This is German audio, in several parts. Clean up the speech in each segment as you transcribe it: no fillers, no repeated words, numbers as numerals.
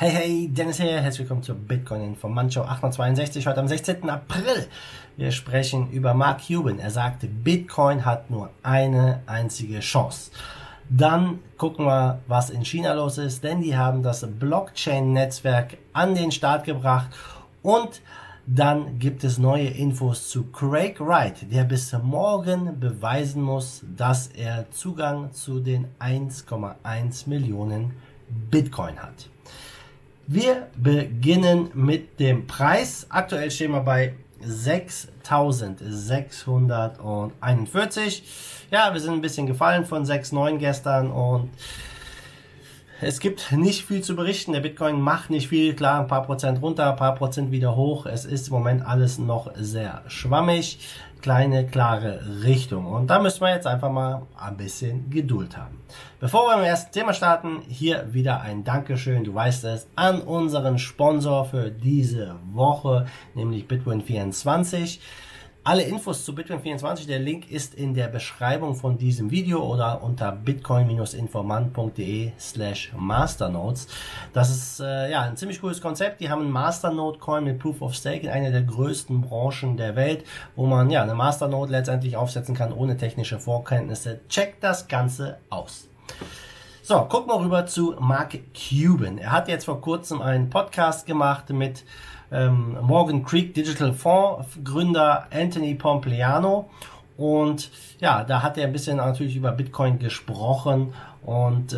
Hey, Dennis hier, herzlich willkommen zur Bitcoin-Informant-Show 862, heute am 16. April. Wir sprechen über Mark Cuban. Er sagte, Bitcoin hat nur eine einzige Chance. Dann gucken wir, was in China los ist, denn die haben das Blockchain-Netzwerk an den Start gebracht. Und dann gibt es neue Infos zu Craig Wright, der bis morgen beweisen muss, dass er Zugang zu den 1,1 Millionen Bitcoin hat. Wir beginnen mit dem Preis. Aktuell stehen wir bei 6.641. Ja, wir sind ein bisschen gefallen von 6,9 gestern und es gibt nicht viel zu berichten. Der Bitcoin macht nicht viel. Klar, ein paar Prozent runter, ein paar Prozent wieder hoch. Es ist im Moment alles noch sehr schwammig. Kleine, klare Richtung. Und da müssen wir jetzt einfach mal ein bisschen Geduld haben. Bevor wir im ersten Thema starten, hier wieder ein Dankeschön, du weißt es, an unseren Sponsor für diese Woche, nämlich Bitwin24. Alle Infos zu Bitwin24, der Link ist in der Beschreibung von diesem Video oder unter bitcoin-informant.de/masternodes. Das ist ein ziemlich cooles Konzept. Die haben einen Masternode-Coin mit Proof of Stake in einer der größten Branchen der Welt, wo man eine Masternode letztendlich aufsetzen kann ohne technische Vorkenntnisse. Checkt das Ganze aus. So, gucken wir rüber zu Mark Cuban. Er hat jetzt vor kurzem einen Podcast gemacht mit Morgan Creek Digital Fonds Gründer Anthony Pompliano und ja, da hat er ein bisschen natürlich über Bitcoin gesprochen und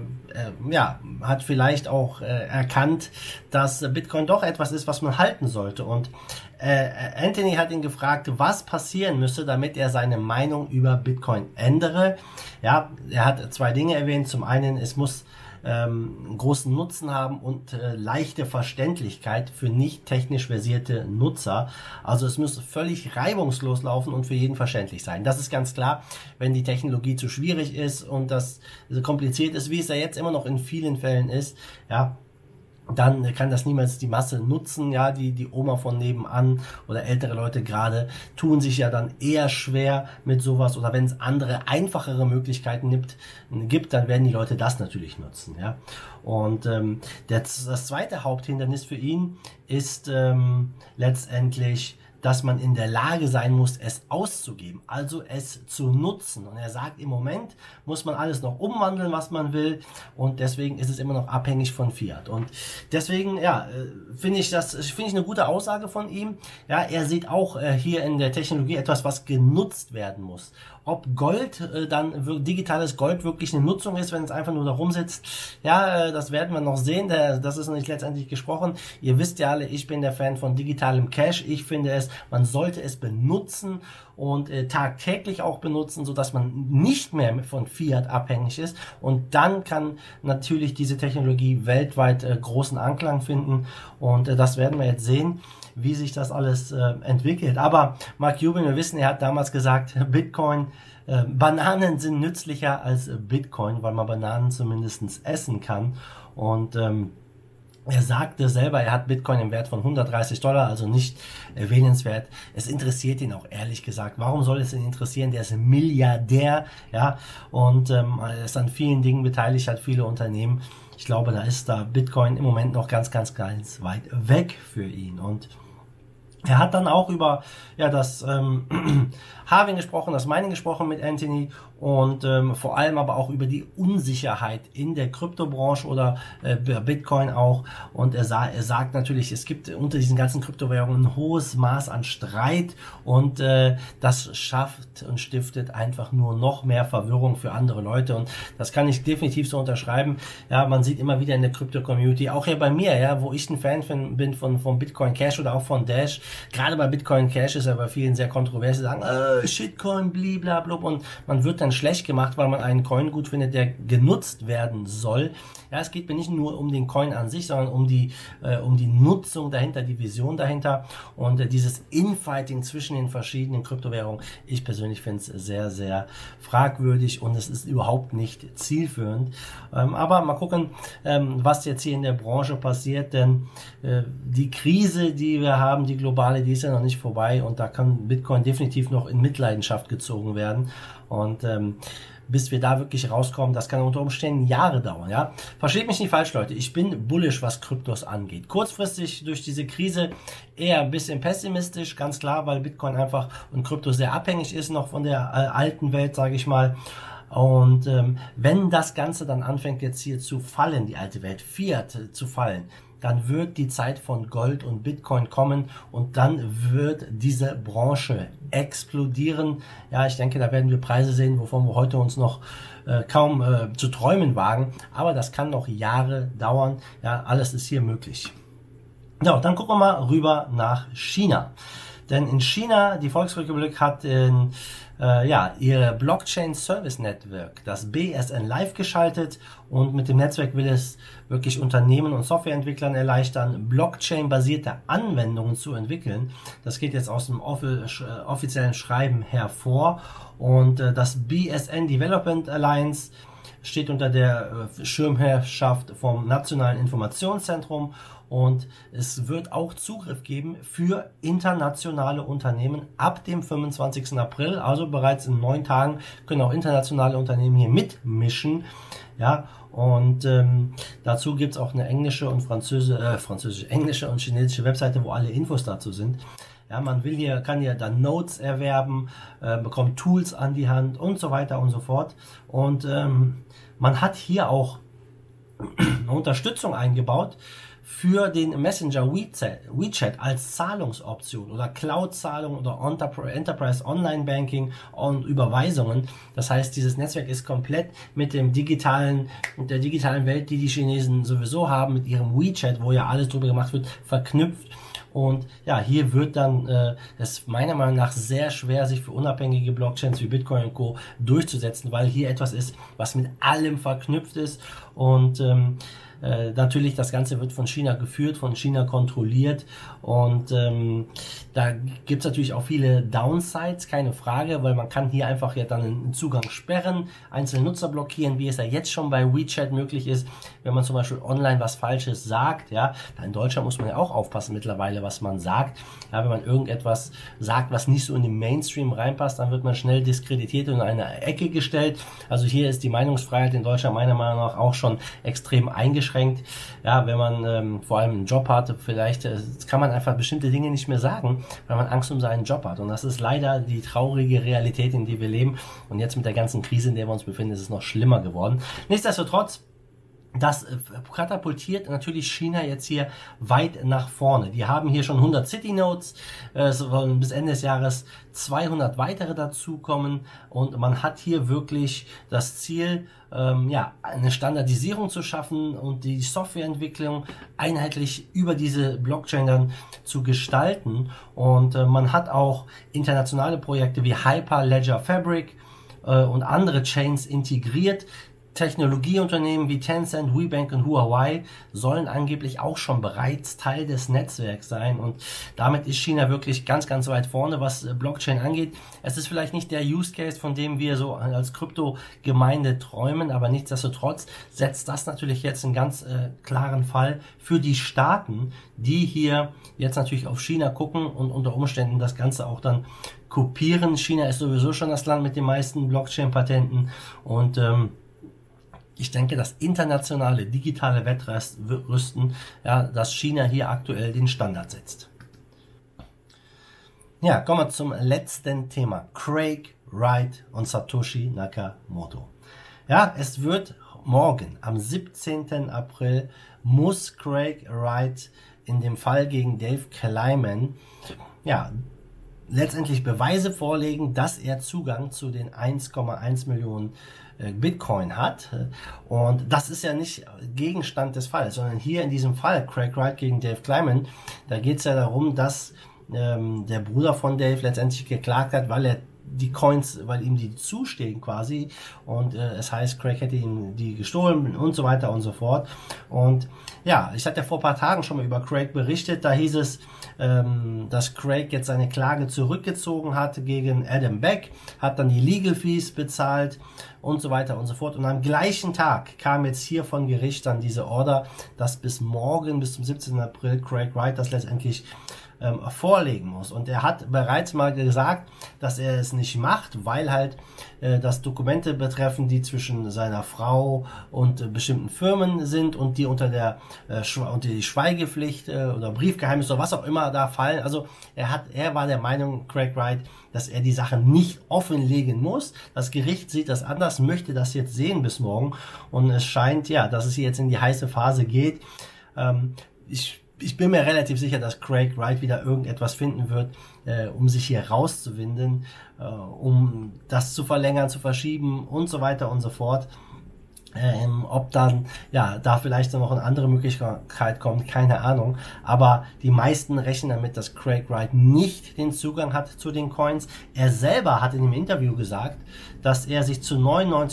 hat vielleicht auch erkannt, dass Bitcoin doch etwas ist, was man halten sollte. Und Anthony hat ihn gefragt, was passieren müsste, damit er seine Meinung über Bitcoin ändere. Ja, er hat zwei Dinge erwähnt. Zum einen, es muss großen Nutzen haben und leichte Verständlichkeit für nicht technisch versierte Nutzer. Also es muss völlig reibungslos laufen und für jeden verständlich sein. Das ist ganz klar, wenn die Technologie zu schwierig ist und das so kompliziert ist, wie es ja jetzt immer noch in vielen Fällen ist, ja, dann kann das niemals die Masse nutzen, ja, die Oma von nebenan oder ältere Leute gerade tun sich ja dann eher schwer mit sowas, oder wenn es andere, einfachere Möglichkeiten gibt, dann werden die Leute das natürlich nutzen, ja. Und das zweite Haupthindernis für ihn ist letztendlich, dass man in der Lage sein muss, es auszugeben, also es zu nutzen. Und er sagt, im Moment muss man alles noch umwandeln, was man will, und deswegen ist es immer noch abhängig von Fiat. Und deswegen, finde ich eine gute Aussage von ihm. Ja, er sieht auch hier in der Technologie etwas, was genutzt werden muss. Ob Gold digitales Gold wirklich eine Nutzung ist, wenn es einfach nur da rumsitzt, ja, das werden wir noch sehen. Das ist noch nicht letztendlich gesprochen. Ihr wisst ja alle, ich bin der Fan von digitalem Cash. Ich finde man sollte es benutzen und tagtäglich auch benutzen, so dass man nicht mehr von Fiat abhängig ist. Und dann kann natürlich diese Technologie weltweit großen Anklang finden. Und das werden wir jetzt sehen, wie sich das alles entwickelt. Aber Mark Cuban, wir wissen, er hat damals gesagt, Bananen sind nützlicher als Bitcoin, weil man Bananen zumindest essen kann. Und er sagte selber, er hat Bitcoin im Wert von $130, also nicht erwähnenswert. Es interessiert ihn auch ehrlich gesagt. Warum soll es ihn interessieren? Der ist ein Milliardär, ja, und er ist an vielen Dingen beteiligt, hat viele Unternehmen. Ich glaube, da ist Bitcoin im Moment noch ganz, ganz, ganz weit weg für ihn. Und er hat dann auch über das Halving gesprochen, das Mining gesprochen mit Anthony und vor allem aber auch über die Unsicherheit in der Kryptobranche oder Bitcoin auch. Und er sagt natürlich, es gibt unter diesen ganzen Kryptowährungen ein hohes Maß an Streit und das schafft und stiftet einfach nur noch mehr Verwirrung für andere Leute, und das kann ich definitiv so unterschreiben. Ja, man sieht immer wieder in der Krypto-Community, auch hier bei mir, ja, wo ich ein Fan bin von Bitcoin Cash oder auch von Dash. Gerade bei Bitcoin Cash ist er bei vielen sehr kontrovers, die sagen, Shitcoin, blablabla, und man wird dann schlecht gemacht, weil man einen Coin gut findet, der genutzt werden soll. Ja, es geht mir nicht nur um den Coin an sich, sondern um die Nutzung dahinter, die Vision dahinter und dieses Infighting zwischen den verschiedenen Kryptowährungen. Ich persönlich finde es sehr, sehr fragwürdig und es ist überhaupt nicht zielführend. Aber mal gucken, was jetzt hier in der Branche passiert, denn die Krise, die wir haben, die globale, die ist ja noch nicht vorbei, und da kann Bitcoin definitiv noch in Mitleidenschaft gezogen werden. Und bis wir da wirklich rauskommen. Das kann unter Umständen Jahre dauern, ja. Versteht mich nicht falsch, Leute. Ich bin bullish, was Kryptos angeht. Kurzfristig durch diese Krise eher ein bisschen pessimistisch, ganz klar, weil Bitcoin einfach und Krypto sehr abhängig ist noch von der alten Welt, sage ich mal. Und wenn das Ganze dann anfängt jetzt hier zu fallen, die alte Welt, Fiat zu fallen, dann wird die Zeit von Gold und Bitcoin kommen und dann wird diese Branche explodieren. Ja, ich denke, da werden wir Preise sehen, wovon wir heute uns noch kaum zu träumen wagen. Aber das kann noch Jahre dauern. Ja, alles ist hier möglich. Ja, dann gucken wir mal rüber nach China. Denn in China, die Volksrepublik hat ihre Blockchain Service Network, das BSN Live geschaltet und mit dem Netzwerk will es wirklich Unternehmen und Softwareentwicklern erleichtern, Blockchain-basierte Anwendungen zu entwickeln. Das geht jetzt aus dem offiziellen Schreiben hervor und das BSN Development Alliance steht unter der Schirmherrschaft vom Nationalen Informationszentrum und es wird auch Zugriff geben für internationale Unternehmen ab dem 25. April, also bereits in 9 Tagen können auch internationale Unternehmen hier mitmischen. Ja, und dazu gibt's auch eine englische und englische und chinesische Webseite, wo alle Infos dazu sind. Ja, kann hier dann Notes erwerben, bekommt Tools an die Hand und so weiter und so fort. Und man hat hier auch eine Unterstützung eingebaut für den Messenger WeChat als Zahlungsoption oder Cloud-Zahlung oder Enterprise Online Banking und Überweisungen. Das heißt, dieses Netzwerk ist komplett mit der digitalen Welt, die Chinesen sowieso haben, mit ihrem WeChat, wo ja alles drüber gemacht wird, verknüpft. Und ja, hier wird dann es meiner Meinung nach sehr schwer, sich für unabhängige Blockchains wie Bitcoin und Co. durchzusetzen, weil hier etwas ist, was mit allem verknüpft ist und natürlich, das Ganze wird von China geführt, von China kontrolliert und da gibt es natürlich auch viele Downsides, keine Frage, weil man kann hier einfach ja dann einen Zugang sperren, einzelne Nutzer blockieren, wie es ja jetzt schon bei WeChat möglich ist, wenn man zum Beispiel online was Falsches sagt, ja, in Deutschland muss man ja auch aufpassen mittlerweile, was man sagt, ja, wenn man irgendetwas sagt, was nicht so in den Mainstream reinpasst, dann wird man schnell diskreditiert und in eine Ecke gestellt, also hier ist die Meinungsfreiheit in Deutschland meiner Meinung nach auch schon extrem eingeschränkt. Ja, wenn man vor allem einen Job hat, vielleicht kann man einfach bestimmte Dinge nicht mehr sagen, weil man Angst um seinen Job hat. Und das ist leider die traurige Realität, in der wir leben. Und jetzt mit der ganzen Krise, in der wir uns befinden, ist es noch schlimmer geworden. Nichtsdestotrotz, das katapultiert natürlich China jetzt hier weit nach vorne. Die haben hier schon 100 City Nodes, es sollen bis Ende des Jahres 200 weitere dazukommen und man hat hier wirklich das Ziel, eine Standardisierung zu schaffen und die Softwareentwicklung einheitlich über diese Blockchain dann zu gestalten. Und man hat auch internationale Projekte wie Hyperledger Fabric und andere Chains integriert. Technologieunternehmen wie Tencent, WeBank und Huawei sollen angeblich auch schon bereits Teil des Netzwerks sein und damit ist China wirklich ganz, ganz weit vorne, was Blockchain angeht. Es ist vielleicht nicht der Use Case, von dem wir so als Krypto-Gemeinde träumen, aber nichtsdestotrotz setzt das natürlich jetzt einen ganz klaren Fall für die Staaten, die hier jetzt natürlich auf China gucken und unter Umständen das Ganze auch dann kopieren. China ist sowieso schon das Land mit den meisten Blockchain-Patenten und ich denke, das internationale digitale Wettrüsten, ja, dass China hier aktuell den Standard setzt. Ja, kommen wir zum letzten Thema. Craig Wright und Satoshi Nakamoto. Ja, es wird morgen, am 17. April, muss Craig Wright in dem Fall gegen Dave Kleiman, letztendlich Beweise vorlegen, dass er Zugang zu den 1,1 Millionen Bitcoin hat. Und das ist ja nicht Gegenstand des Falls, sondern hier in diesem Fall, Craig Wright gegen Dave Kleiman, da geht es ja darum, dass der Bruder von Dave letztendlich geklagt hat, weil ihm die zustehen quasi und es heißt, Craig hätte ihm die gestohlen und so weiter und so fort. Und ja, ich hatte ja vor ein paar Tagen schon mal über Craig berichtet, da hieß es, dass Craig jetzt seine Klage zurückgezogen hat gegen Adam Beck, hat dann die Legal Fees bezahlt und so weiter und so fort. Und am gleichen Tag kam jetzt hier von Gericht dann diese Order, dass bis morgen, bis zum 17. April, Craig Wright das letztendlich vorlegen muss. Und er hat bereits mal gesagt, dass er es nicht macht, weil halt das Dokumente betreffen, die zwischen seiner Frau und bestimmten Firmen sind und die unter die Schweigepflicht oder Briefgeheimnis oder was auch immer da fallen. Also er war der Meinung, Craig Wright, dass er die Sachen nicht offenlegen muss. Das Gericht sieht das anders, möchte das jetzt sehen bis morgen. Und es scheint, ja, dass es jetzt in die heiße Phase geht. Ich bin mir relativ sicher, dass Craig Wright wieder irgendetwas finden wird, um sich hier rauszuwinden, um das zu verlängern, zu verschieben und so weiter und so fort. Ob dann, ja, da vielleicht noch eine andere Möglichkeit kommt, keine Ahnung. Aber die meisten rechnen damit, dass Craig Wright nicht den Zugang hat zu den Coins. Er selber hat in dem Interview gesagt, dass er sich zu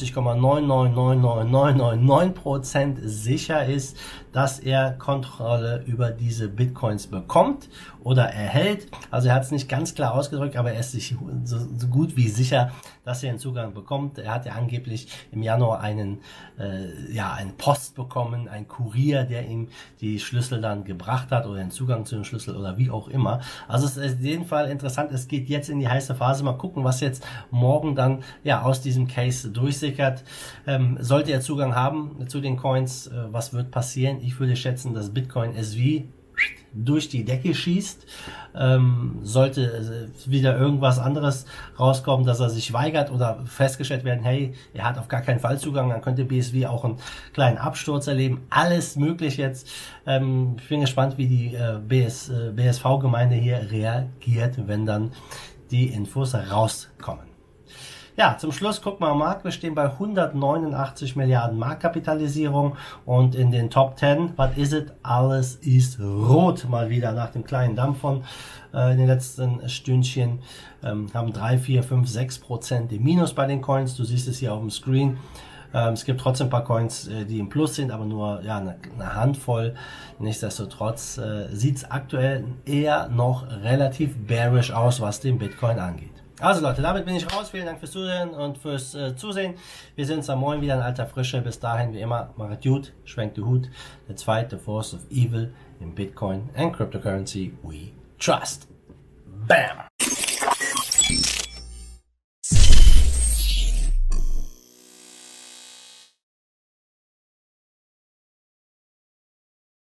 99,999999% sicher ist, dass er Kontrolle über diese Bitcoins bekommt oder erhält. Also er hat es nicht ganz klar ausgedrückt, aber er ist sich so gut wie sicher, dass er den Zugang bekommt. Er hat ja angeblich im Januar einen Post bekommen, einen Kurier, der ihm die Schlüssel dann gebracht hat oder den Zugang zu den Schlüssel oder wie auch immer. Also es ist in jedem Fall interessant. Es geht jetzt in die heiße Phase. Mal gucken, was jetzt morgen dann aus diesem Case durchsickert. Sollte er Zugang haben zu den Coins, was wird passieren? Ich würde schätzen, dass Bitcoin SV durch die Decke schießt. Sollte wieder irgendwas anderes rauskommen, dass er sich weigert oder festgestellt werden, hey, er hat auf gar keinen Fall Zugang, dann könnte BSV auch einen kleinen Absturz erleben. Alles möglich jetzt. Ich bin gespannt, wie die BSV-Gemeinde hier reagiert, wenn dann die Infos rauskommen. Ja, zum Schluss gucken wir am Markt. Wir stehen bei 189 Milliarden Marktkapitalisierung und in den Top 10, was ist es? Alles ist rot mal wieder nach dem kleinen Dampf von in den letzten Stündchen. Haben 3, 4, 5, 6% im Minus bei den Coins. Du siehst es hier auf dem Screen. Es gibt trotzdem ein paar Coins, die im Plus sind, aber nur eine Handvoll. Nichtsdestotrotz sieht es aktuell eher noch relativ bearish aus, was den Bitcoin angeht. Also Leute, damit bin ich raus. Vielen Dank fürs Zuhören und fürs Zusehen. Wir sehen uns am Morgen wieder in alter Frische. Bis dahin, wie immer, macht gut, schwenkt den Hut. The zweite force of evil in Bitcoin and cryptocurrency we trust. Bam!